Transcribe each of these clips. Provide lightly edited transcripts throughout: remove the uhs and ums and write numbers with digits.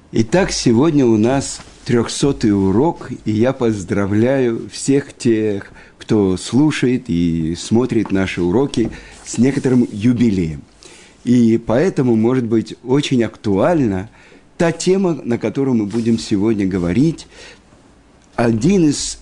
Итак, сегодня у нас 300-й урок, и я поздравляю всех тех, кто слушает и смотрит наши уроки с некоторым юбилеем. И поэтому, может быть, очень актуальна та тема, на которую мы будем сегодня говорить. Один из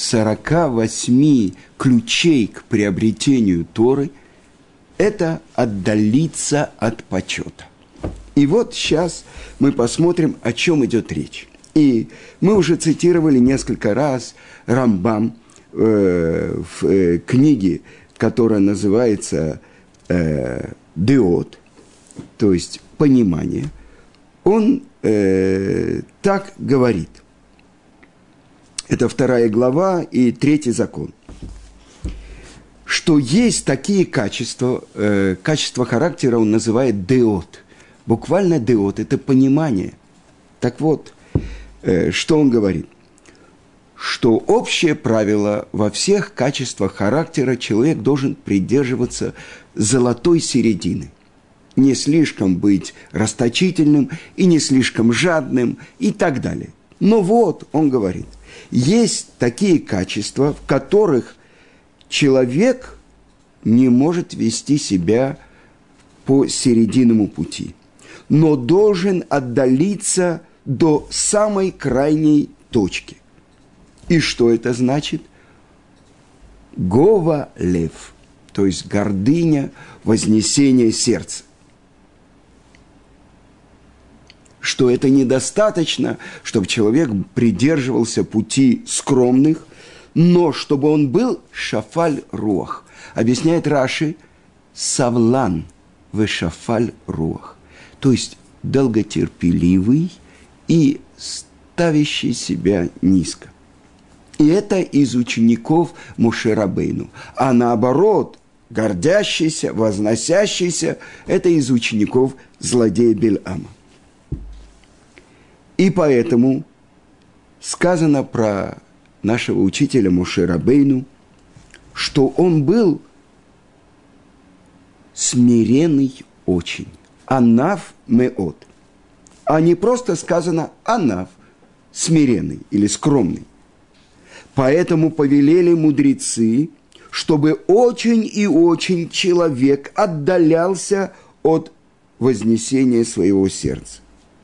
48 ключей к приобретению Торы – это отдалиться от почета. И вот сейчас мы посмотрим, о чем идет речь. И мы уже цитировали несколько раз Рамбам в книге, которая называется «Деот», то есть «Понимание». Он так говорит. Это 2 глава и 3 закон. Что есть такие качества, качества характера он называет «деот». Буквально «деот» – это понимание. Так вот, что он говорит? Что общее правило во всех качествах характера человек должен придерживаться золотой середины. Не слишком быть расточительным и не слишком жадным и так далее. Но вот, он говорит, есть такие качества, в которых человек не может вести себя по серединному пути, но должен отдалиться до самой крайней точки. И что это значит? Гова лев, то есть гордыня, вознесение сердца. Что это недостаточно, чтобы человек придерживался пути скромных, но чтобы он был шафаль руах. Объясняет Раши, савлан ве шафаль руах. То есть долготерпеливый и ставящий себя низко. И это из учеников Моше Рабейну. А наоборот, гордящийся, возносящийся, это из учеников злодея Бельама. И поэтому сказано про нашего учителя Моше Рабейну, что он был смиренный очень. Анав меот. А не просто сказано анав, смиренный или скромный. Поэтому повелели мудрецы, чтобы очень и очень человек отдалялся от вознесения своего сердца.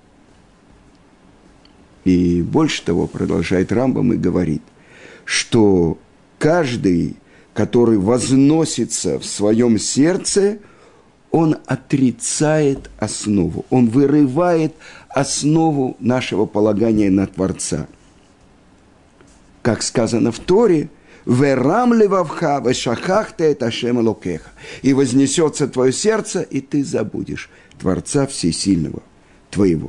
И больше того, продолжает Рамбам и говорит, что каждый, который возносится в своем сердце, он отрицает основу, он вырывает основу нашего полагания на Творца. Как сказано в Торе, «Верам левавха, вешахахта эт Ашем Элокеха». И вознесется твое сердце, и ты забудешь Творца Всесильного твоего.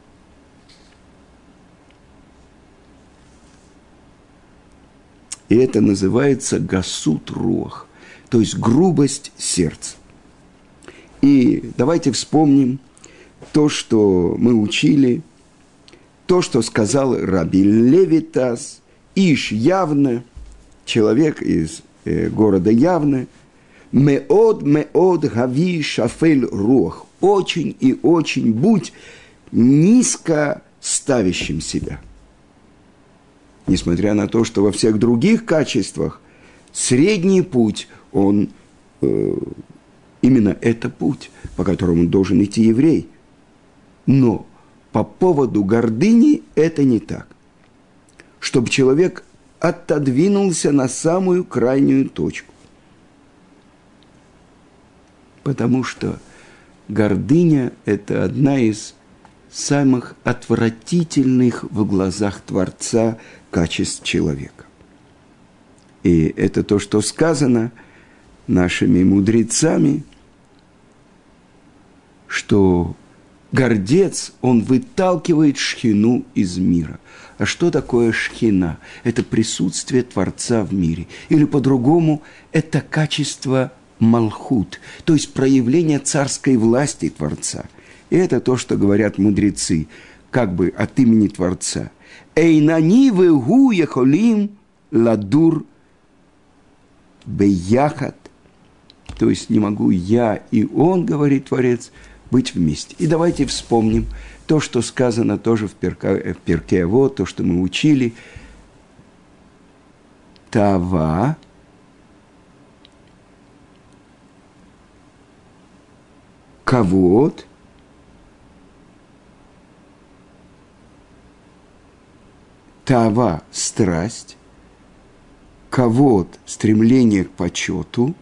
И это называется гасут руах, то есть грубость сердца. И давайте вспомним то, что мы учили, то, что сказал Раби Левитас, Иш Явне, человек из города Явне, «Меод, меод, гави, шафель, руах». Очень и очень будь низко ставящим себя. Несмотря на то, что во всех других качествах средний путь, он именно это путь, по которому должен идти еврей. Но по поводу гордыни это не так. Чтобы человек отодвинулся на самую крайнюю точку. Потому что гордыня – это одна из самых отвратительных в глазах Творца качеств человека. И это то, что сказано нашими мудрецами, что гордец, он выталкивает шхину из мира. А что такое шхина? Это присутствие Творца в мире. Или по-другому, это качество малхут, то есть проявление царской власти Творца. И это то, что говорят мудрецы, как бы от имени Творца. «Эйнани вегу яхолим ладур беяхат». То есть не могу я и он, говорит Творец, быть вместе. И давайте вспомним то, что сказано тоже в Перке Авот, то, что мы учили. Тава, кавод, тава – страсть, кавод – стремление к почету,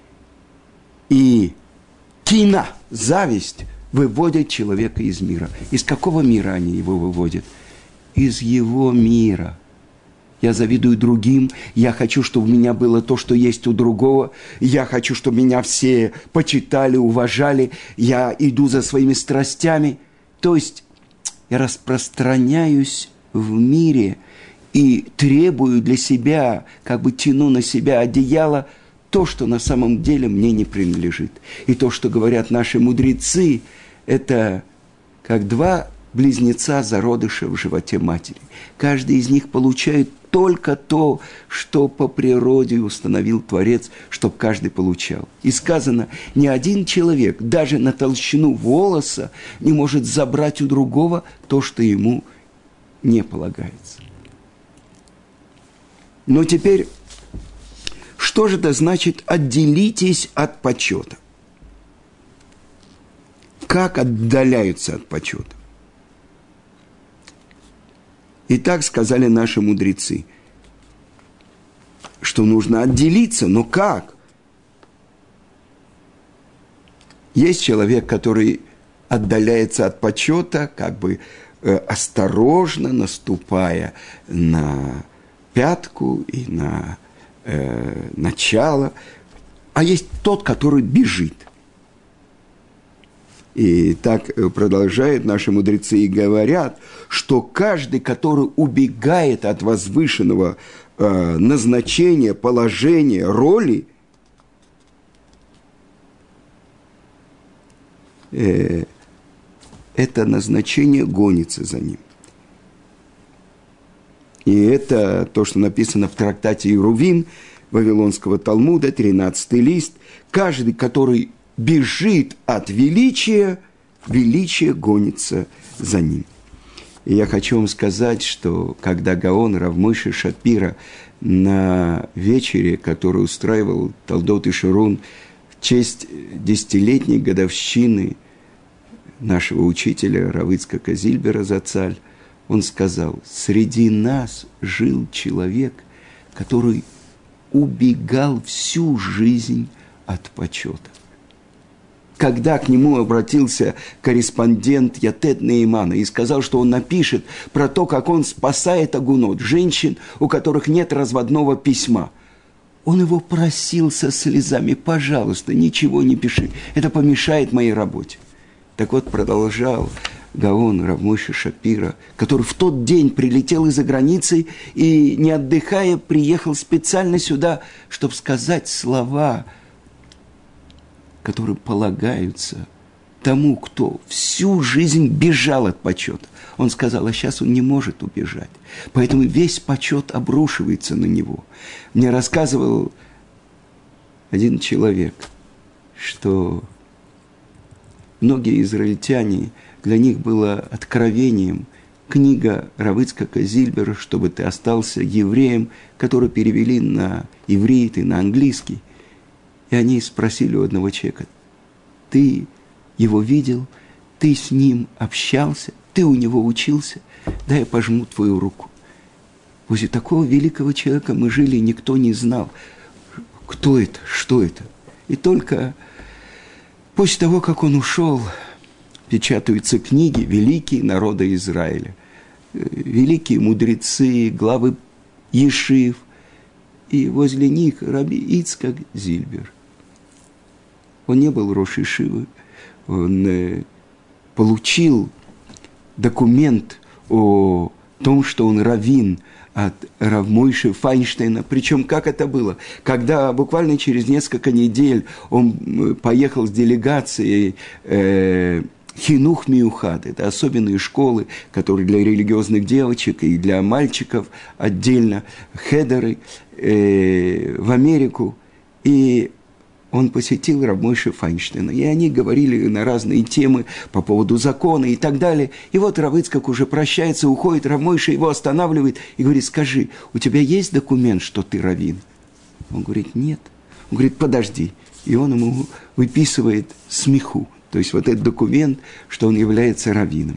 и кина – зависть выводят человека из мира. Из какого мира они его выводят? Из его мира. Я завидую другим, я хочу, чтобы у меня было то, что есть у другого, я хочу, чтобы меня все почитали, уважали, я иду за своими страстями. То есть я распространяюсь в мире и требую для себя, как бы тяну на себя одеяло, то, что на самом деле мне не принадлежит. И то, что говорят наши мудрецы, это как два близнеца зародыша в животе матери. Каждый из них получает только то, что по природе установил Творец, чтобы каждый получал. И сказано, ни один человек, даже на толщину волоса, не может забрать у другого то, что ему не полагается. Но теперь, что же это значит «отделитесь от почета»? Как отдаляются от почета? И так сказали наши мудрецы, что нужно отделиться, но как? Есть человек, который отдаляется от почета, как бы осторожно наступая на пятку и на начало, а есть тот, который бежит. И так продолжают наши мудрецы и говорят, что каждый, который убегает от возвышенного назначения, положения, роли, это назначение гонится за ним. И это то, что написано в трактате Ирувим Вавилонского Талмуда, 13 лист. Каждый, который бежит от величия, величие гонится за ним. И я хочу вам сказать, что когда Гаон Рав Мойше Шапира на вечере, который устраивал Толдот и Шурун в честь 10-летней годовщины нашего учителя Рав Ицхака Зильбера Зацаль, он сказал, среди нас жил человек, который убегал всю жизнь от почета. Когда к нему обратился корреспондент Ятед Неймана и сказал, что он напишет про то, как он спасает агунот, женщин, у которых нет разводного письма, он его просил со слезами, пожалуйста, ничего не пиши, это помешает моей работе. Так вот, продолжал Гаон Рав Мойше Шапира, который в тот день прилетел из-за границы и, не отдыхая, приехал специально сюда, чтобы сказать слова, которые полагаются тому, кто всю жизнь бежал от почета. Он сказал, а сейчас он не может убежать. Поэтому весь почет обрушивается на него. Мне рассказывал один человек, что многие израильтяне, для них было откровением книга Рав Ицхака Зильбера «Чтобы ты остался евреем», которую перевели на иврит и на английский. И они спросили у одного человека, ты его видел, ты с ним общался, ты у него учился, дай я пожму твою руку. Возле такого великого человека мы жили, и никто не знал, кто это, что это. И только после того, как он ушел, печатаются книги «Великие народы Израиля», великие мудрецы, главы ешив, и возле них раби Ицхак Зильбер. Он не был рош ешивы, он получил документ о том, что он раввин от Рав Мойши Файнштейна. Причем, как это было? Когда буквально через несколько недель он поехал с делегацией Хинух Миухад, это особенные школы, которые для религиозных девочек и для мальчиков отдельно, хедеры, в Америку. И он посетил Рав Мойше Файнштейна, и они говорили на разные темы по поводу закона и так далее. И вот Рав Ицхак уже прощается, уходит, Рав Мойше его останавливает и говорит: скажи, у тебя есть документ, что ты раввин? Он говорит: нет. Он говорит: подожди. И он ему выписывает смеху, то есть вот этот документ, что он является раввином.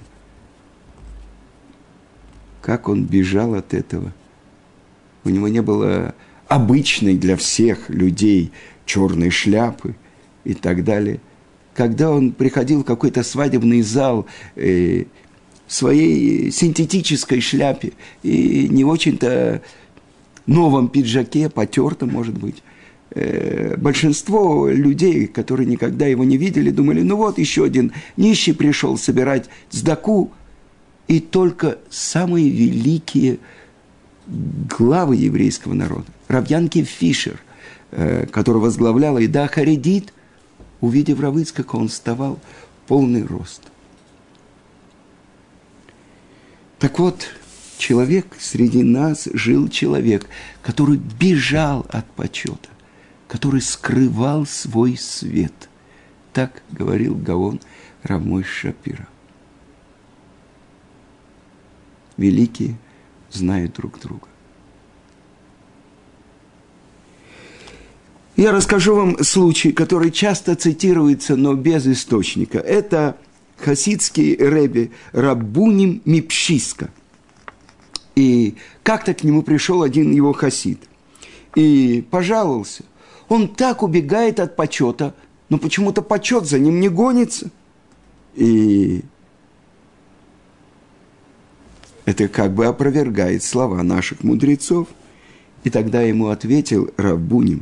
Как он бежал от этого. У него не было обычной для всех людей черной шляпы и так далее. Когда он приходил в какой-то свадебный зал в своей синтетической шляпе и не очень-то новом пиджаке, потертом, может быть, большинство людей, которые никогда его не видели, думали: ну вот еще один нищий пришел собирать цдаку, и только самые великие главы еврейского народа, Рав Янкив Фишер, который возглавлял Ида Харидит, увидев Рава Ицхака, он вставал в полный рост. Так вот, среди нас жил человек, который бежал от почета, который скрывал свой свет. Так говорил Гаон Рав Мойше Шапира. Великие знают друг друга. Я расскажу вам случай, который часто цитируется, но без источника. Это хасидский ребе Рабуним Мипшиска. И как-то к нему пришел один его хасид и пожаловался. Он так убегает от почета, но почему-то почет за ним не гонится. И это как бы опровергает слова наших мудрецов. И тогда ему ответил Рабуним: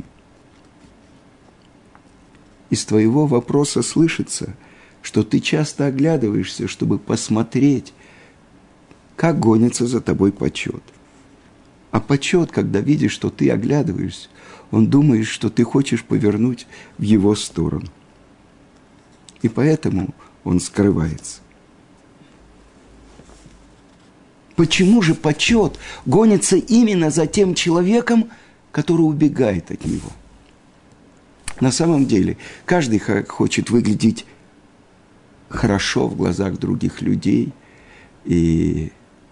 из твоего вопроса слышится, что ты часто оглядываешься, чтобы посмотреть, как гонится за тобой почет. А почет, когда видишь, что ты оглядываешься, он думает, что ты хочешь повернуть в его сторону. И поэтому он скрывается. Почему же почет гонится именно за тем человеком, который убегает от него? На самом деле, каждый хочет выглядеть хорошо в глазах других людей, и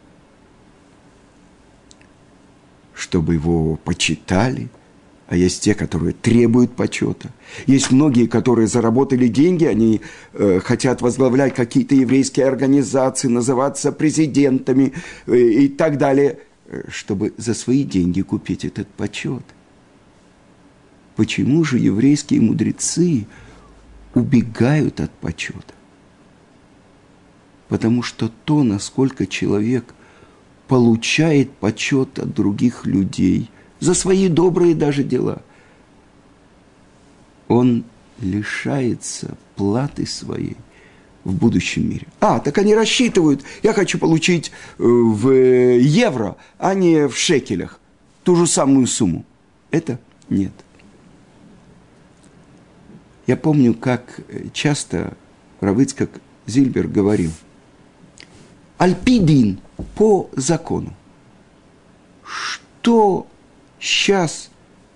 чтобы его почитали. А есть те, которые требуют почета. Есть многие, которые заработали деньги, они хотят возглавлять какие-то еврейские организации, называться президентами и так далее, чтобы за свои деньги купить этот почет. Почему же еврейские мудрецы убегают от почета? Потому что то, насколько человек получает почет от других людей за свои добрые даже дела, он лишается платы своей в будущем мире. Так они рассчитывают: я хочу получить в евро, а не в шекелях ту же самую сумму. Это нет. Я помню, как часто Рав Ицхак Зильбер говорил: Аль-Пи-Дин, по закону. Что сейчас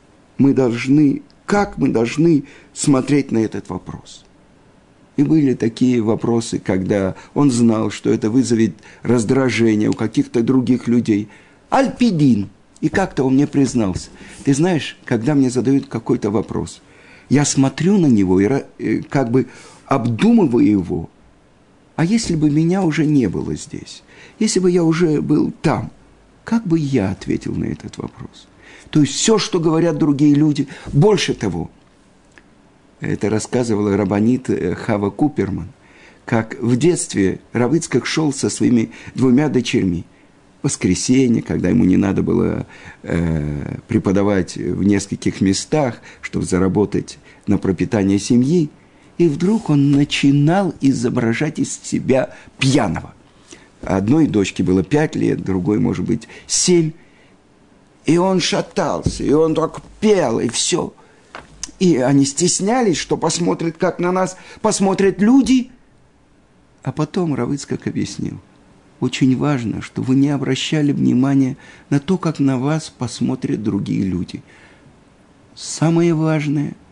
как мы должны смотреть на этот вопрос? И были такие вопросы, когда он знал, что это вызовет раздражение у каких-то других людей. Аль-Пи-Дин. И как-то он мне признался: ты знаешь, когда мне задают какой-то вопрос, я смотрю на него и как бы обдумываю его. А если бы меня уже не было здесь, если бы я уже был там, как бы я ответил на этот вопрос? То есть все, что говорят другие люди, больше того. Это рассказывала раббанит Хава Куперман, как в детстве Рав Ицхак шел со своими 2 дочерьми. В воскресенье, когда ему не надо было преподавать в нескольких местах, чтобы заработать на пропитание семьи, и вдруг он начинал изображать из себя пьяного. Одной дочке было 5 лет, другой, может быть, 7. И он шатался, и он так пел, и все. И они стеснялись, что посмотрят, как на нас посмотрят люди. А потом Рав Ицхак объяснил: очень важно, что вы не обращали внимания на то, как на вас посмотрят другие люди. Самое важное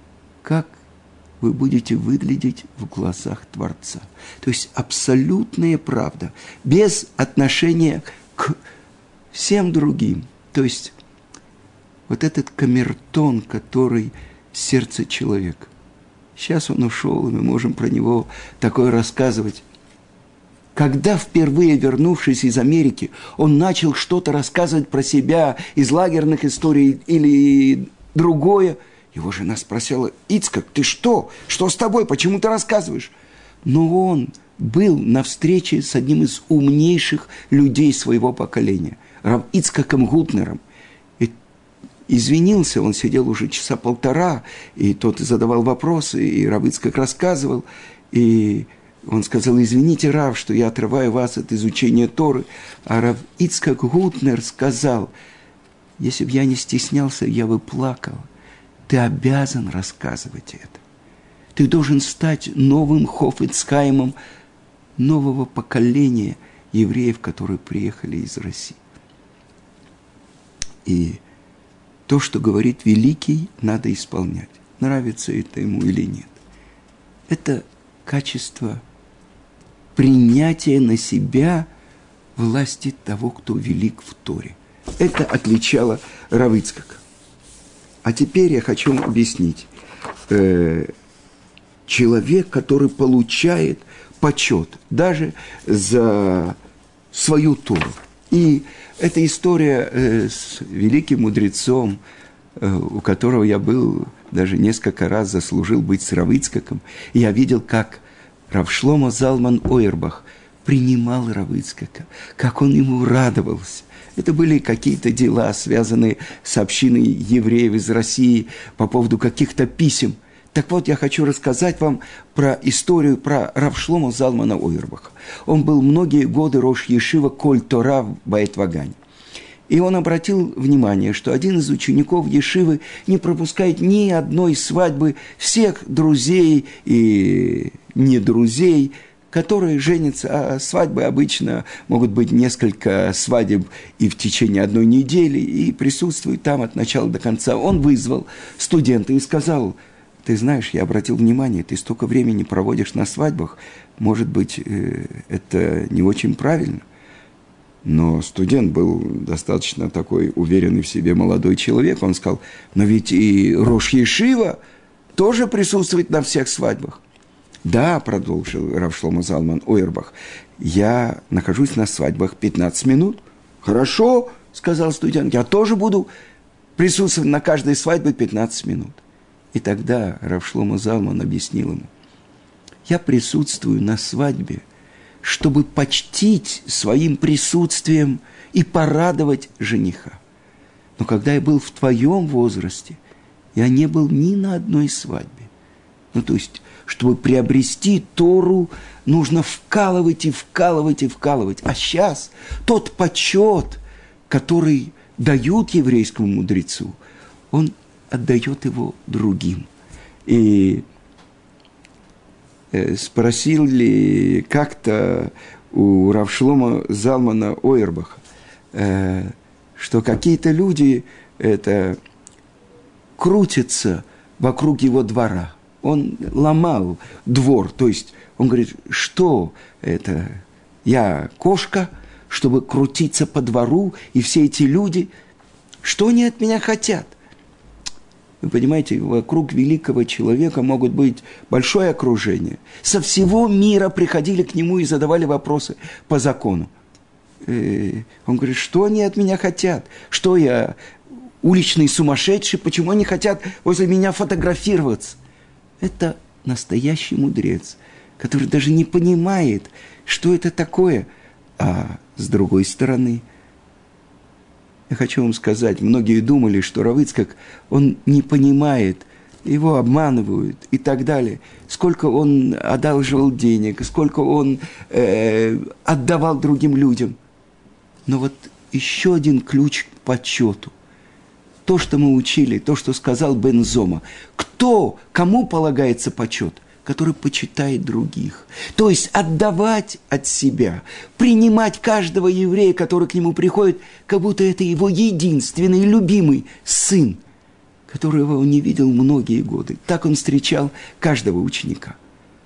как вы будете выглядеть в глазах Творца. То есть абсолютная правда, без отношения к всем другим. То есть вот этот камертон, который сердце человека. Сейчас он ушел, и мы можем про него такое рассказывать. Когда впервые вернувшись из Америки, он начал что-то рассказывать про себя из лагерных историй или другое, его жена спросила: «Ицхак, ты что? Что с тобой? Почему ты рассказываешь?» Но он был на встрече с одним из умнейших людей своего поколения, рав Ицхаком Гутнером. И извинился, он сидел уже часа полтора, и тот задавал вопросы, и рав Ицхак рассказывал, и он сказал: «Извините, рав, что я отрываю вас от изучения Торы». А рав Ицхак Гутнер сказал: «Если бы я не стеснялся, я бы плакал. Ты обязан рассказывать это. Ты должен стать новым Хофец Хаимом нового поколения евреев, которые приехали из России». И то, что говорит великий, надо исполнять. Нравится это ему или нет. Это качество принятия на себя власти того, кто велик в Торе. Это отличало рав Ицхака. А теперь я хочу объяснить. Человек, который получает почет даже за свою Тору. И эта история с великим мудрецом, у которого я был даже несколько раз, заслужил быть с рав Ицхаком. И я видел, как рав Шломо Залман Ойербах принимал рав Ицхака, как он ему радовался. Это были какие-то дела, связанные с общиной евреев из России по поводу каких-то писем. Так вот, я хочу рассказать вам про историю про рав Шломо Залмана Ойербаха. Он был многие годы рош ешива Коль Тора в Баэт-Вагане. И он обратил внимание, что один из учеников ешивы не пропускает ни одной свадьбы всех друзей и не друзей, которые женятся, а свадьбы обычно могут быть несколько свадеб и в течение одной недели, и присутствуют там от начала до конца. Он вызвал студента и сказал: «Ты знаешь, я обратил внимание, ты столько времени проводишь на свадьбах, может быть, это не очень правильно». Но студент был достаточно такой уверенный в себе молодой человек. Он сказал: «Но ведь и рош ешива тоже присутствует на всех свадьбах». «Да», – продолжил рав Шломо Залман Ойербах, – «я нахожусь на свадьбах 15 минут». «Хорошо», – сказал студент, – «я тоже буду присутствовать на каждой свадьбе 15 минут». И тогда рав Шломо Залман объяснил ему: «Я присутствую на свадьбе, чтобы почтить своим присутствием и порадовать жениха. Но когда я был в твоем возрасте, я не был ни на одной свадьбе». Ну, то есть, чтобы приобрести Тору, нужно вкалывать и вкалывать и вкалывать. А сейчас тот почет, который дают еврейскому мудрецу, он отдает его другим. И спросили как-то у рав Шломо Залмана Ойербаха, что какие-то люди крутятся вокруг его двора. Он ломал двор, то есть он говорит: что это, я кошка, чтобы крутиться по двору, и все эти люди, что они от меня хотят? Вы понимаете, вокруг великого человека могут быть большое окружение. Со всего мира приходили к нему и задавали вопросы по закону. Он говорит: что они от меня хотят? Что я, уличный сумасшедший? Почему они хотят возле меня фотографироваться? Это настоящий мудрец, который даже не понимает, что это такое. А с другой стороны, я хочу вам сказать, многие думали, что рав Ицхак, он не понимает, его обманывают и так далее. Сколько он одалживал денег, сколько он отдавал другим людям. Но вот еще один ключ к почету. То, что мы учили, то, что сказал Бен Зома. Кому полагается почет? Который почитает других. То есть отдавать от себя, принимать каждого еврея, который к нему приходит, как будто это его единственный любимый сын, которого он не видел многие годы. Так он встречал каждого ученика.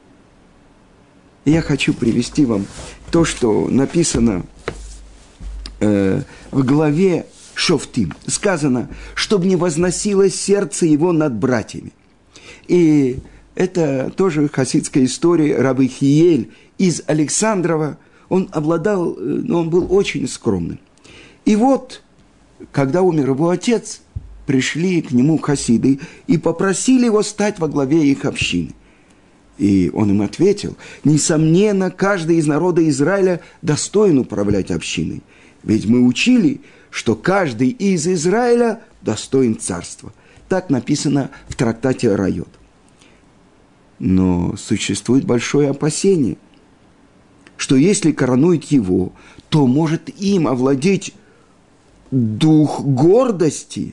Я хочу привести вам то, что написано в главе Шофтим. Сказано, чтобы не возносилось сердце его над братьями. И это тоже хасидская история. Рабби Хиель из Александрова, он был очень скромным. И вот, когда умер его отец, пришли к нему хасиды и попросили его стать во главе их общины. И он им ответил: несомненно, каждый из народа Израиля достоин управлять общиной. Ведь мы учили, что каждый из Израиля достоин царства. Так написано в трактате Райот. Но существует большое опасение, что если коронуют его, то может им овладеть дух гордости.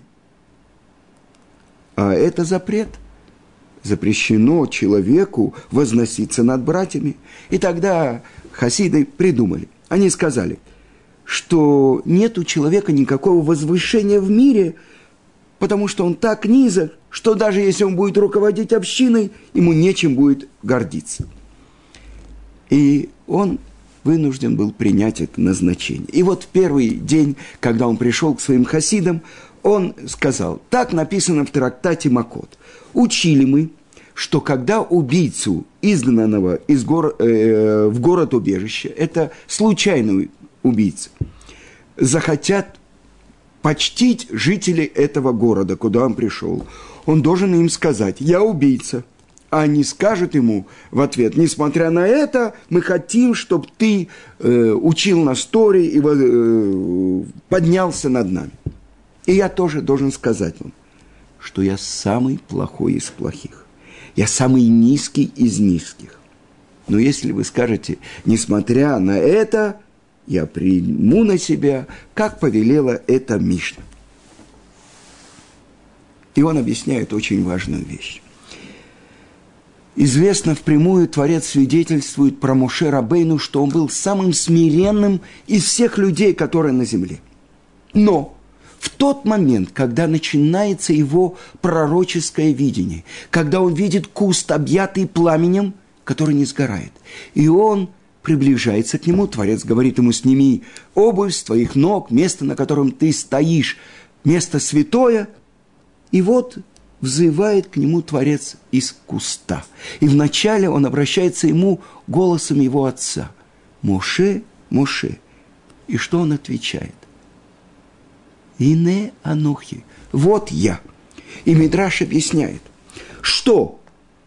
А это запрет. Запрещено человеку возноситься над братьями. И тогда хасиды придумали. Они сказали, что нет у человека никакого возвышения в мире, потому что он так низок, что даже если он будет руководить общиной, ему нечем будет гордиться. И он вынужден был принять это назначение. И вот в первый день, когда он пришел к своим хасидам, он сказал, так написано в трактате Макот: учили мы, что когда убийцу, изгнанного в город-убежище, это случайный убийца, захотят почтить жители этого города, куда он пришел, он должен им сказать: я убийца. А они скажут ему в ответ: несмотря на это, мы хотим, чтобы ты учил нас Торе и поднялся над нами. И я тоже должен сказать вам, что я самый плохой из плохих. Я самый низкий из низких. Но если вы скажете: несмотря на это, я приму на себя, как повелела эта Мишна. И он объясняет очень важную вещь. Известно впрямую, Творец свидетельствует про Моше Рабейну, что он был самым смиренным из всех людей, которые на земле. Но в тот момент, когда начинается его пророческое видение, когда он видит куст, объятый пламенем, который не сгорает, и он приближается к нему, Творец говорит ему: сними обувь с твоих ног, место, на котором ты стоишь, место святое. И вот взывает к нему Творец из куста. И вначале он обращается ему голосом его отца: Моше, Моше. И что он отвечает? Ине анухи. Вот я. И Мидраш объясняет, что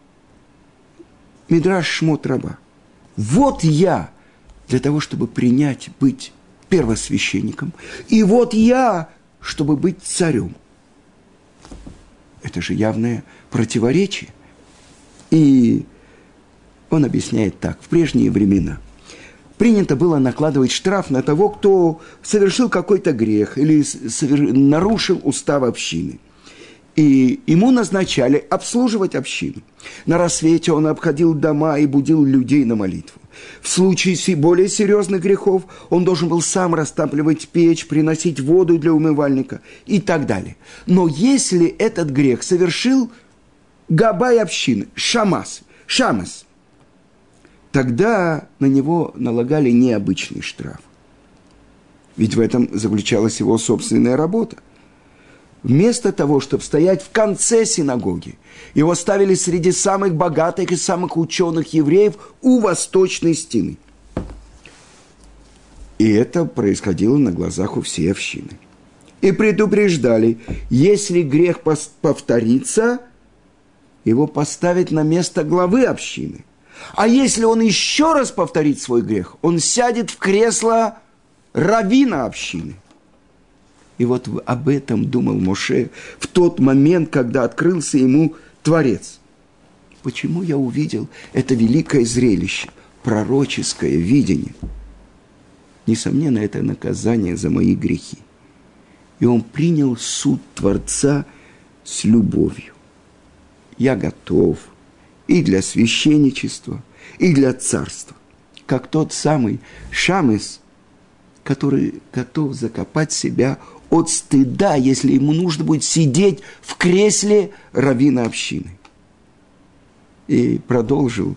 Мидраш Шмот Раба. Вот я для того, чтобы принять, быть первосвященником. И вот я, чтобы быть царем. Это же явное противоречие. И он объясняет так. В прежние времена принято было накладывать штраф на того, кто совершил какой-то грех или нарушил устав общины. И ему назначали обслуживать общину. На рассвете он обходил дома и будил людей на молитву. В случае более серьезных грехов он должен был сам растапливать печь, приносить воду для умывальника и так далее. Но если этот грех совершил габай общины, шамас, тогда на него налагали необычный штраф. Ведь в этом заключалась его собственная работа. Вместо того, чтобы стоять в конце синагоги, его ставили среди самых богатых и самых ученых евреев у восточной стены. И это происходило на глазах у всей общины. И предупреждали, если грех повторится, его поставят на место главы общины. А если он еще раз повторит свой грех, он сядет в кресло раввина общины. И вот об этом думал Моше в тот момент, когда открылся ему Творец. Почему я увидел это великое зрелище, пророческое видение? Несомненно, это наказание за мои грехи. И он принял суд Творца с любовью. Я готов и для священничества, и для царства. Как тот самый Шамес, который готов закопать себя от стыда, если ему нужно будет сидеть в кресле раввина общины. И продолжил.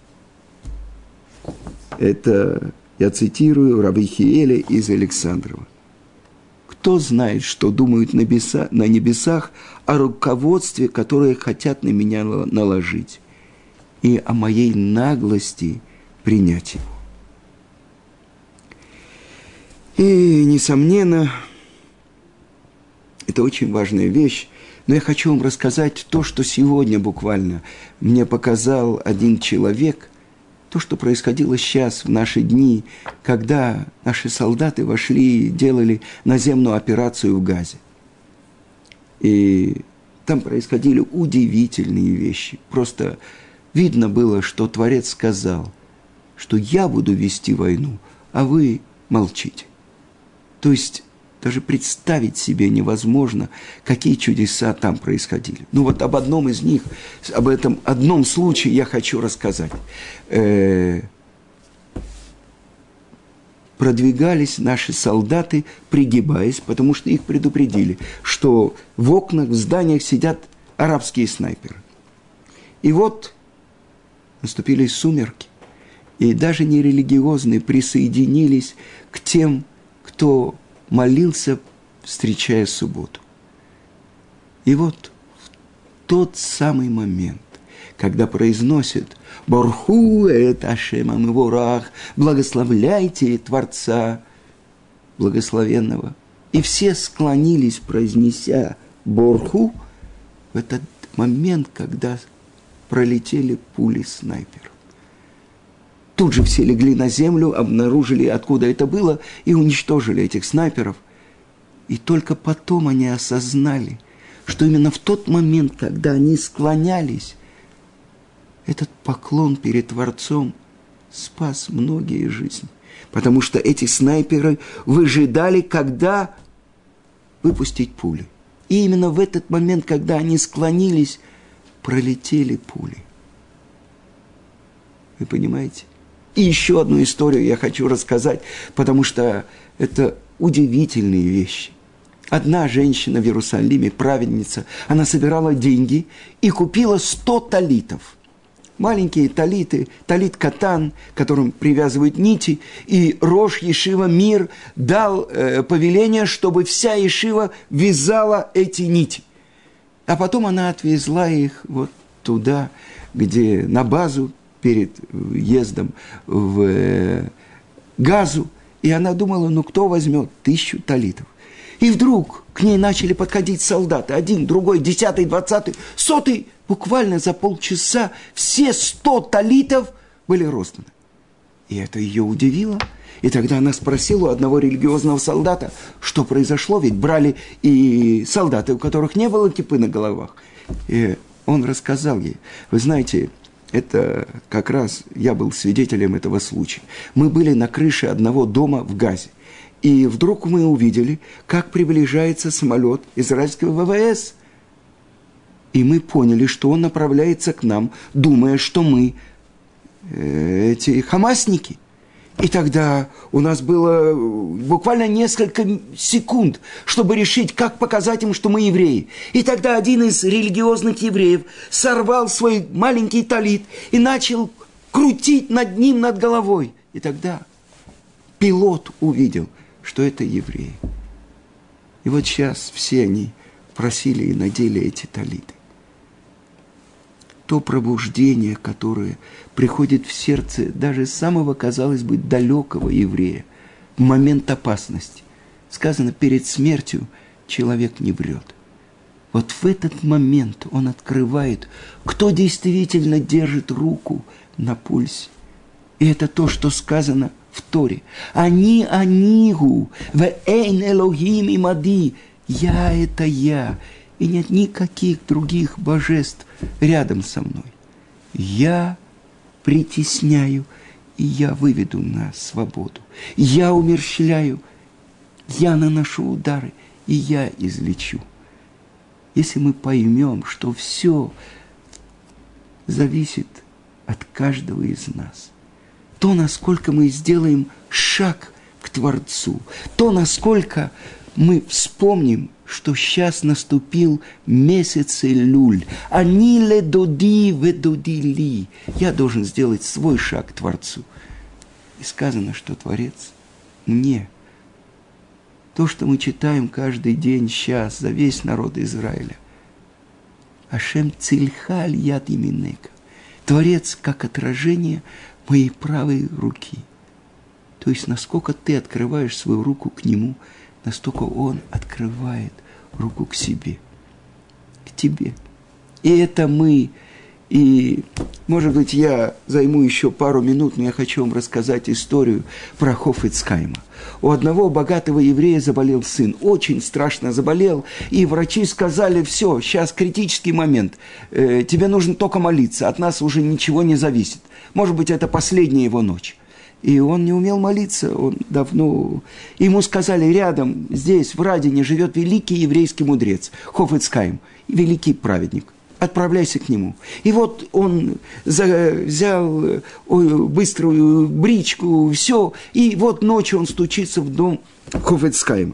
Это я цитирую раби Хиэля из Александрова. Кто знает, что думают на небесах о руководстве, которое хотят на меня наложить, и о моей наглости принять его. И, несомненно, это очень важная вещь, но я хочу вам рассказать то, что сегодня буквально мне показал один человек, то, что происходило сейчас, в наши дни, когда наши солдаты вошли и делали наземную операцию в Газе. И там происходили удивительные вещи. Просто видно было, что Творец сказал, что я буду вести войну, а вы молчите. То есть даже представить себе невозможно, какие чудеса там происходили. Ну вот об одном из них, об этом одном случае я хочу рассказать. Продвигались наши солдаты, пригибаясь, потому что их предупредили, что в окнах, в зданиях сидят арабские снайперы. И вот наступили сумерки, и даже нерелигиозные присоединились к тем, кто молился, встречая субботу. И вот в тот самый момент, когда произносят «Борху эт Ашема меворах», «Благословляйте Творца Благословенного», и все склонились, произнеся «Борху», в этот момент, когда пролетели пули снайперов. Тут же все легли на землю, обнаружили, откуда это было, и уничтожили этих снайперов. И только потом они осознали, что именно в тот момент, когда они склонялись, этот поклон перед Творцом спас многие жизни. Потому что эти снайперы выжидали, когда выпустить пули. И именно в этот момент, когда они склонились, пролетели пули. Вы понимаете? И еще одну историю я хочу рассказать, потому что это удивительные вещи. Одна женщина в Иерусалиме, праведница, она собирала деньги и купила 100 талитов. Маленькие талиты, талит катан, которым привязывают нити, и рош Ешива Мир дал повеление, чтобы вся Ешива вязала эти нити. А потом она отвезла их вот туда, где на базу, перед въездом в Газу, и она думала, ну кто возьмет 1000 талитов? И вдруг к ней начали подходить солдаты, один, другой, 10-й, 20-й, 100-й, буквально за полчаса все 100 талитов были розданы. И это ее удивило. И тогда она спросила у одного религиозного солдата, что произошло, ведь брали и солдаты, у которых не было кипы на головах. И он рассказал ей, вы знаете, это как раз я был свидетелем этого случая. Мы были на крыше одного дома в Газе. И вдруг мы увидели, как приближается самолет израильского ВВС. И мы поняли, что он направляется к нам, думая, что мы эти хамасники. И тогда у нас было буквально несколько секунд, чтобы решить, как показать им, что мы евреи. И тогда один из религиозных евреев сорвал свой маленький талит и начал крутить над ним, над головой. И тогда пилот увидел, что это евреи. И вот сейчас все они просили и надели эти талиты. То пробуждение, которое приходит в сердце даже самого, казалось бы, далекого еврея в момент опасности. Сказано, перед смертью человек не врет. Вот в этот момент он открывает, кто действительно держит руку на пульсе. И это то, что сказано в Торе. «Ани анигу, ве эйн элохим имади». «Я – это я». И нет никаких других божеств рядом со мной. Я притесняю, и я выведу на свободу. Я умерщвляю, я наношу удары, и я излечу. Если мы поймем, что все зависит от каждого из нас, то, насколько мы сделаем шаг к Творцу, то, насколько мы вспомним, что сейчас наступил месяц Элюль. Ани ледоди ведодили. Я должен сделать свой шаг к Творцу. И сказано, что Творец мне. То, что мы читаем каждый день сейчас за весь народ Израиля. Ашем цильхаль яд именека. Творец как отражение моей правой руки. То есть, насколько ты открываешь свою руку к Нему, настолько Он открывает руку к себе, к тебе. И это мы. И, может быть, я займу еще пару минут, но я хочу вам рассказать историю про Хофец Хаима. У одного богатого еврея заболел сын, очень страшно заболел, и врачи сказали: все, сейчас критический момент, тебе нужно только молиться, от нас уже ничего не зависит. Может быть, это последняя его ночь. И он не умел молиться, он давно... Ему сказали: рядом, здесь, в Радине, живет великий еврейский мудрец, Хофец Хаим, великий праведник. Отправляйся к нему. И вот он взял быструю бричку, все, и вот ночью он стучится в дом Хофец Хаима.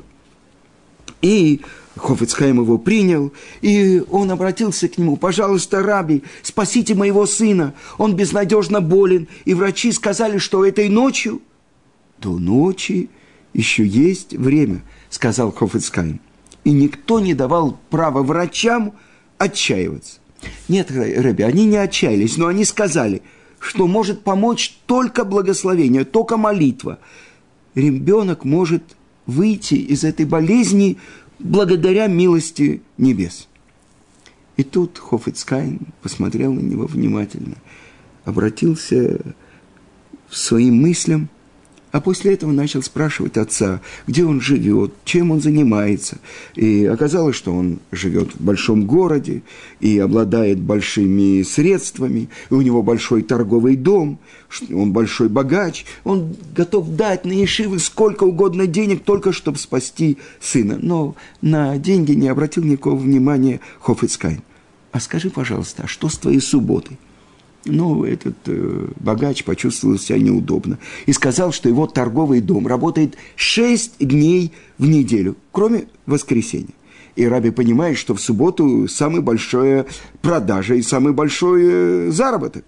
И Хофец Хаим его принял, и он обратился к нему: пожалуйста, раби, спасите моего сына, он безнадежно болен, и врачи сказали, что этой ночью... До ночи еще есть время, сказал Хофец Хаим. И никто не давал права врачам отчаиваться. Нет, раби, они не отчаялись, но они сказали, что может помочь только благословение, только молитва. Ребенок может выйти из этой болезни благодаря милости небес. И тут Хофец Хаим посмотрел на него внимательно, обратился к своим мыслям, а после этого начал спрашивать отца, где он живет, чем он занимается. И оказалось, что он живет в большом городе и обладает большими средствами, и у него большой торговый дом, он большой богач, он готов дать на ешивы сколько угодно денег, только чтобы спасти сына. Но на деньги не обратил никакого внимания Хофец Хаим. А скажи, пожалуйста, а что с твоей субботой? Но этот богач почувствовал себя неудобно и сказал, что его торговый дом работает 6 дней в неделю, кроме воскресенья. И раби понимает, что в субботу самая большая продажа и самый большой заработок.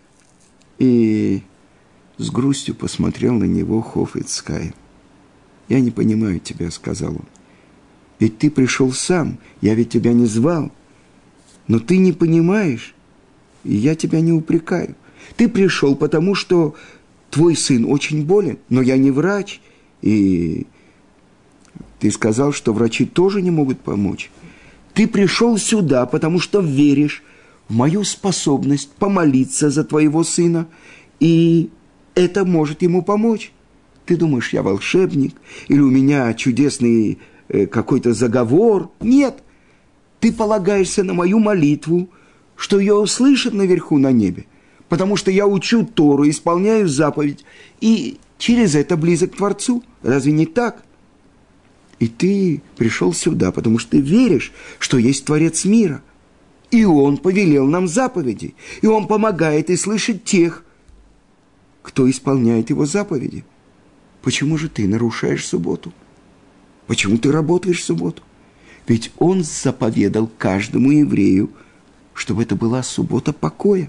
И с грустью посмотрел на него Хофец Хаим. «Я не понимаю тебя», — сказал он. «Ведь ты пришел сам, я ведь тебя не звал. Но ты не понимаешь. И я тебя не упрекаю. Ты пришел, потому что твой сын очень болен, но я не врач, и ты сказал, что врачи тоже не могут помочь. Ты пришел сюда, потому что веришь в мою способность помолиться за твоего сына, и это может ему помочь. Ты думаешь, я волшебник, или у меня чудесный какой-то заговор? Нет, ты полагаешься на мою молитву, что ее услышат наверху на небе, потому что я учу Тору, исполняю заповедь, и через это близок к Творцу. Разве не так? И ты пришел сюда, потому что ты веришь, что есть Творец мира, и Он повелел нам заповеди, и Он помогает и слышит тех, кто исполняет Его заповеди. Почему же ты нарушаешь субботу? Почему ты работаешь в субботу? Ведь Он заповедал каждому еврею, чтобы это была суббота покоя.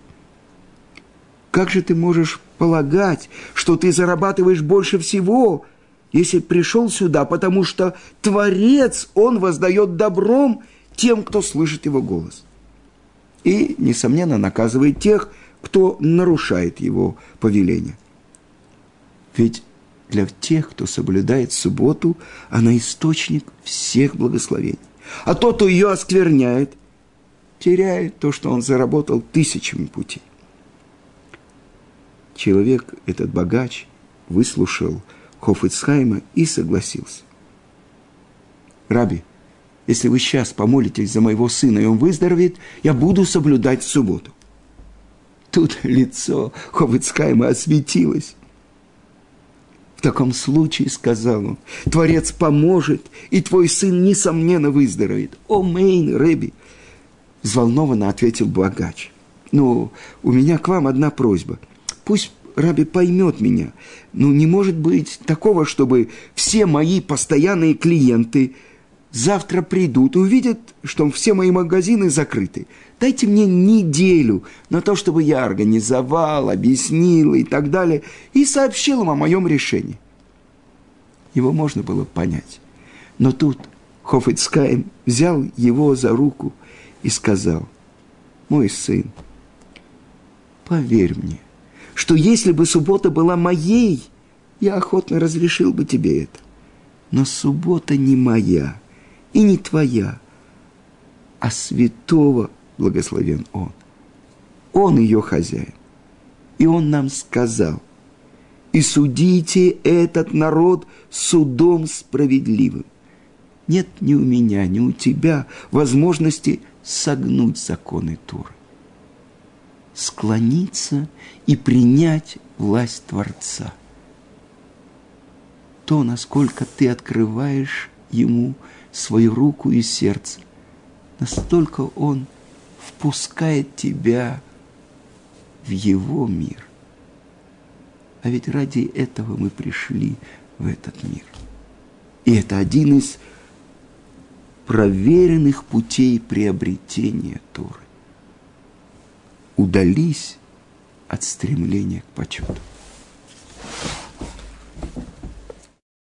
Как же ты можешь полагать, что ты зарабатываешь больше всего, если пришел сюда, потому что Творец, Он воздает добром тем, кто слышит Его голос. И, несомненно, наказывает тех, кто нарушает Его повеление. Ведь для тех, кто соблюдает субботу, она источник всех благословений. А тот, кто ее оскверняет, теряет то, что он заработал тысячами путей. Человек, этот богач, выслушал Хофец Хаима и согласился. Раби, если вы сейчас помолитесь за моего сына, и он выздоровеет, я буду соблюдать субботу. Тут лицо Хофец Хаима осветилось. В таком случае, сказал он, Творец поможет, и твой сын, несомненно, выздоровеет. Омейн, Рэби, взволнованно ответил богач. Ну, у меня к вам одна просьба. Пусть Раби поймет меня. Ну, не может быть такого, чтобы все мои постоянные клиенты завтра придут и увидят, что все мои магазины закрыты. Дайте мне неделю на то, чтобы я организовал, объяснил и так далее, и сообщил им о моем решении. Его можно было понять. Но тут Хофец Хаим взял его за руку и сказал: «Мой сын, поверь мне, что если бы суббота была моей, я охотно разрешил бы тебе это. Но суббота не моя и не твоя, а святого благословен Он. Он ее хозяин. И Он нам сказал: и судите этот народ судом справедливым. Нет ни у меня, ни у тебя возможности согнуть законы Торы, склониться и принять власть Творца. То, насколько ты открываешь Ему свою руку и сердце, настолько Он впускает тебя в Его мир. А ведь ради этого мы пришли в этот мир. И это один из проверенных путей приобретения Торы. Удались от стремления к почету.